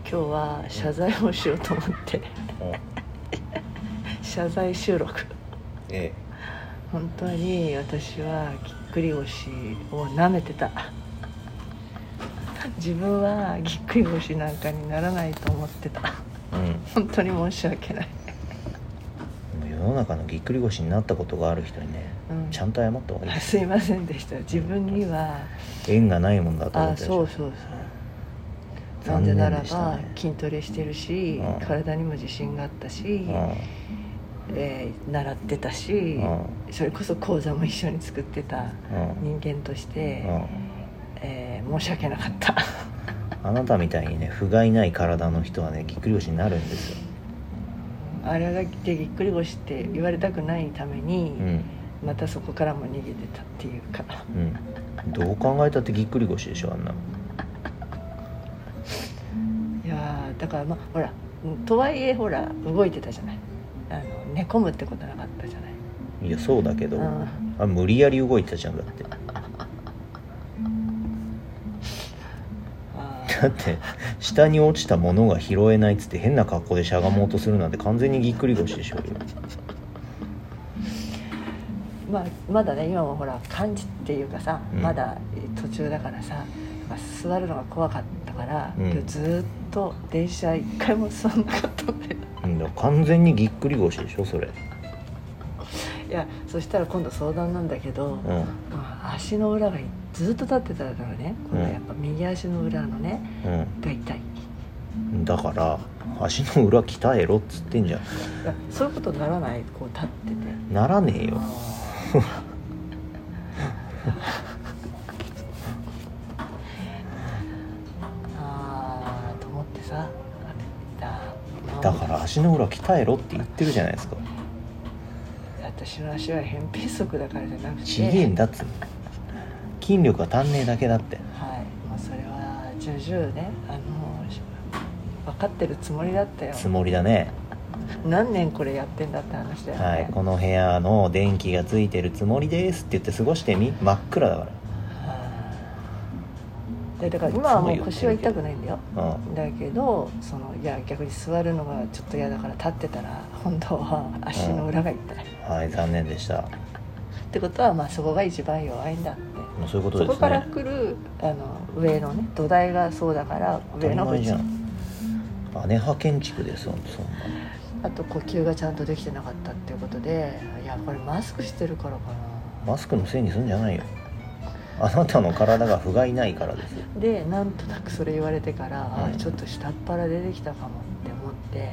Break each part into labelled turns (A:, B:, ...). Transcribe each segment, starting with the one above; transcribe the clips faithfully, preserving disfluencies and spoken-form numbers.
A: 今日は謝罪をしようと思って、うん、謝罪収録、
B: ええ、
A: 本当に私はぎっくり腰を舐めてた。自分はぎっくり腰なんかにならないと思ってた、うん、本当に申し訳ない。
B: 世の中のぎっくり腰になったことがある人にね、うん、ちゃんと謝った方がいい。
A: すいませんでした。自分には
B: 縁がないもんだと思ってたでしょ。
A: あ、そうそうそう。なんでならば筋トレしてるし、うん、体にも自信があったし、うん、えー、習ってたし、うん、それこそ講座も一緒に作ってた人間として、うん、えー、申し訳なかった。
B: あなたみたいにね、不甲斐ない体の人はね、ぎっくり腰になるんですよ。
A: あれが来てぎっくり腰って言われたくないために、うん、またそこからも逃げてたっていうか、
B: うん、どう考えたってぎっくり腰でしょ、あんなの。
A: いやだからまあほら、とはいえほら動いてたじゃない。あの寝込むってことなかったじゃない。
B: いやそうだけど、うん、あ無理やり動いてたじゃん。だってだって下に落ちたものが拾えないっつって変な格好でしゃがもうとするなんて完全にぎっくり腰でしょうよ。
A: まあ、まだね今もほら感じっていうかさ、うん、まだ途中だからさ、座るのが怖かったから、うん、今日ずっと電車一回も座んなかったんだよ、
B: うん、完全にぎっくり腰でしょそれ。
A: いやそしたら今度相談なんだけど、うん、足の裏がずっと立ってたからね、このやっぱ右足の裏のね、うん、が痛い。
B: だから足の裏鍛えろっつってんじゃん。い
A: やそういうことにならない？こう立ってて
B: ならねえよ。
A: あーと思ってさ、だ,
B: だから足の裏鍛えろって言ってるじゃないですか。
A: 私の足は扁平足だからじゃなくて、
B: ちげえんだっつう。筋力が足んねえだけだって。
A: はい、まあ、それは重々ね、あの分かってるつもりだったよ。
B: つもりだね。
A: 何年これやってんだって話だよね。
B: はい、この部屋の電気がついてるつもりですって言って過ごしてみ。真っ暗だから。
A: でだから今はもう腰は痛くないんだよ、うん、だけどそのいや逆に座るのがちょっと嫌だから立ってたら本当は足の裏が痛い、
B: うん、はい残念でした。
A: ってことはまあそこが一番弱いんだって。
B: そういうことですね。
A: そこから来るあの上のね土台がそうだから上の部分。
B: 姉派建築ですよそんな。
A: あと呼吸がちゃんとできてなかったっていうことで、いやこれマスクしてるからかな。
B: マスクのせいにするんじゃないよ。あなたの体が不甲斐ないからです。
A: でなんとなくそれ言われてから、うん、あちょっと下っ腹出てきたかもって思って、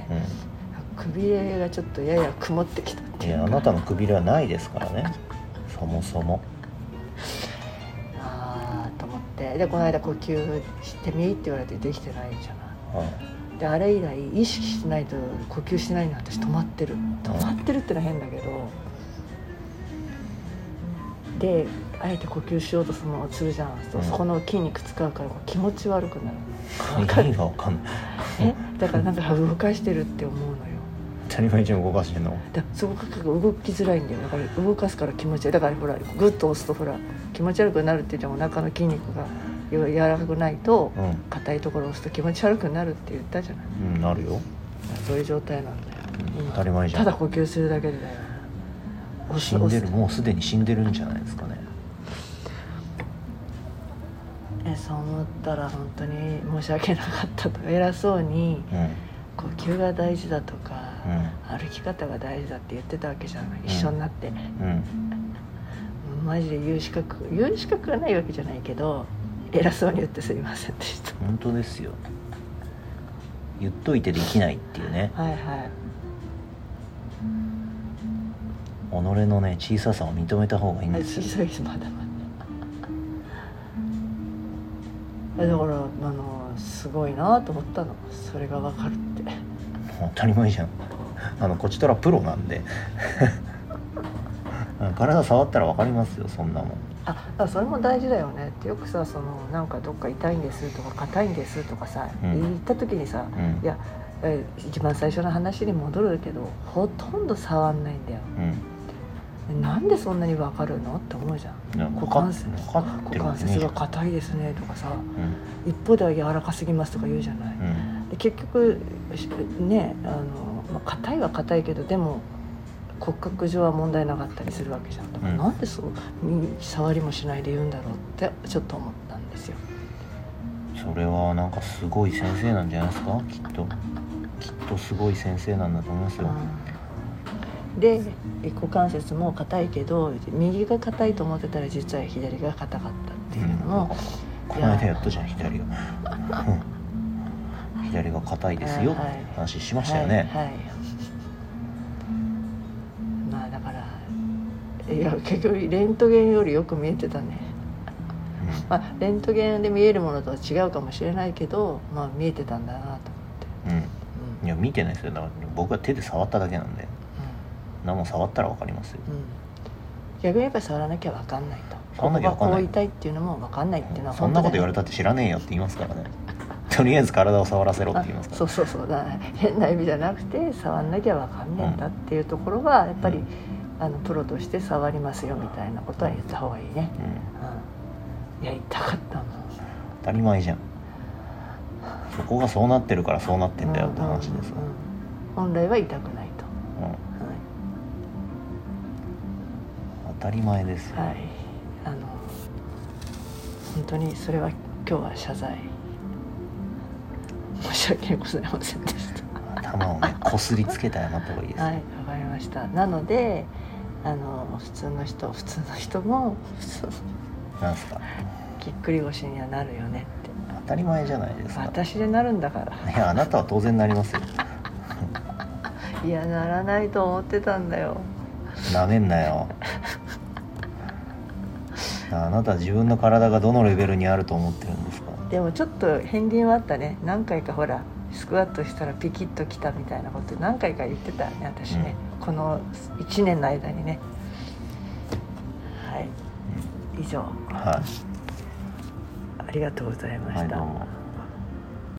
A: うん、くびれがちょっとやや曇ってきたっていうか。
B: いやあなたのくびれはないですからねそもそも。
A: ああと思って、でこの間呼吸してみって言われてできてないじゃない、うん、であれ以来意識しないと呼吸してないの私止まってる止まってるってのは変だけど、であえて呼吸しようとするのをするじゃん、うん、そこの筋肉使うから気持ち悪くなる。
B: 意味が分かんない
A: えだからなんか動かしてるって思うのよ。
B: 当たり前じゃん動かしてんの。
A: だすごく動きづらいんだよ。だから動かすから気持ち悪い。だからほらグッと押すとほら気持ち悪くなるって言ってもお腹の筋肉が柔らかくないと硬、うん、いところを押すと気持ち悪くなるって言ったじゃない。
B: うんなるよ。
A: そういう状態なんだよ、
B: うん、当たり前じゃん。
A: ただ呼吸するだけでだよ。
B: 死んでる、もうすでに死んでるんじゃないですかね。
A: えそう思ったら本当に申し訳なかったと。偉そうに、うん、呼吸が大事だとか、うん、歩き方が大事だって言ってたわけじゃない、うん、一緒になって、うん、マジで言う資格言う資格がないわけじゃないけど偉そうに言ってすいませんでした。
B: 本当ですよ。言っといてできないっていうね。
A: はいはい。
B: 己のね小ささを認めた方がいいんですよ。
A: 小さいですまだまだ。だからあのすごいなと思ったの。それが分かるって。
B: 当たり前じゃん。あのこちとらプロなんで体触ったら分かりますよそんなもん。
A: あそれも大事だよねってよくさそのなんかどっか痛いんですとか硬いんですとかさ、うん、言った時にさ、うん、いや一番最初の話に戻るけどほとんど触んないんだよ、うん、なんでそんなに分かるのって思うじゃん。股関節股関節が硬いですねとかさ、うん、一方では柔らかすぎますとか言うじゃない、うん、で結局ねあの、まあ、硬いは硬いけどでも骨格上は問題なかったりするわけじゃん。だから、うん、なんでそう触りもしないで言うんだろうってちょっと思ったんですよ。
B: それはなんかすごい先生なんじゃないですか。きっときっとすごい先生なんだと思いますよ。
A: で股関節も硬いけど右が硬いと思ってたら実は左が硬かったっていうのも、
B: うん、この間やったじゃん左が左が硬いですよって話しましたよね。はいはいはい、
A: まあだからいや結局レントゲンよりよく見えてたね、うんまあ、レントゲンで見えるものとは違うかもしれないけど、まあ、見えてたんだなと思って、
B: うんうん、いや見てないですよ。だから僕は手で触っただけなんで、うん、何も触ったら分かりますよ、うん、
A: 逆にやっぱり触らなきゃ分かんないと。
B: 触らなきゃ分かんない。
A: ここがこう痛いっていうのも分かんないっていうのは
B: そんなこと言われたって知らねえよって言いますからねとりあえず体を触らせろって言いますから、
A: そうそうそうだ変な意味じゃなくて触んなきゃ分かんねえんだっていうところはやっぱり、うん、あのプロとして触りますよみたいなことは言った方がいいね、うんうん、いや痛かったもん。
B: 当たり前じゃん。そこがそうなってるからそうなってんだよって話です、うんうんうん、
A: 本来は痛くないと、うんはい、
B: 当たり前ですよ、はい、
A: あの本当にそれは今日は謝罪申し訳ございませんでした
B: 頭をねこすりつけて謝った方がいいです、ね、
A: はいわかりました。なのであの普通の人普通の人も普通
B: なんすか
A: ぎっくり腰にはなるよねって
B: 当たり前じゃないですか。
A: 私でなるんだから。
B: いやあなたは当然なりますよ
A: いやならないと思ってたんだよ。
B: なめんなよあなた自分の体がどのレベルにあると思ってるんですか。
A: でもちょっと片鱗はあったね。何回かほらスクワットしたらピキッときたみたいなこと何回か言ってたね私ね、うん、このいちねんの間にね。はい、うん、以上、
B: はい、
A: ありがとうございました、
B: はい、どうも。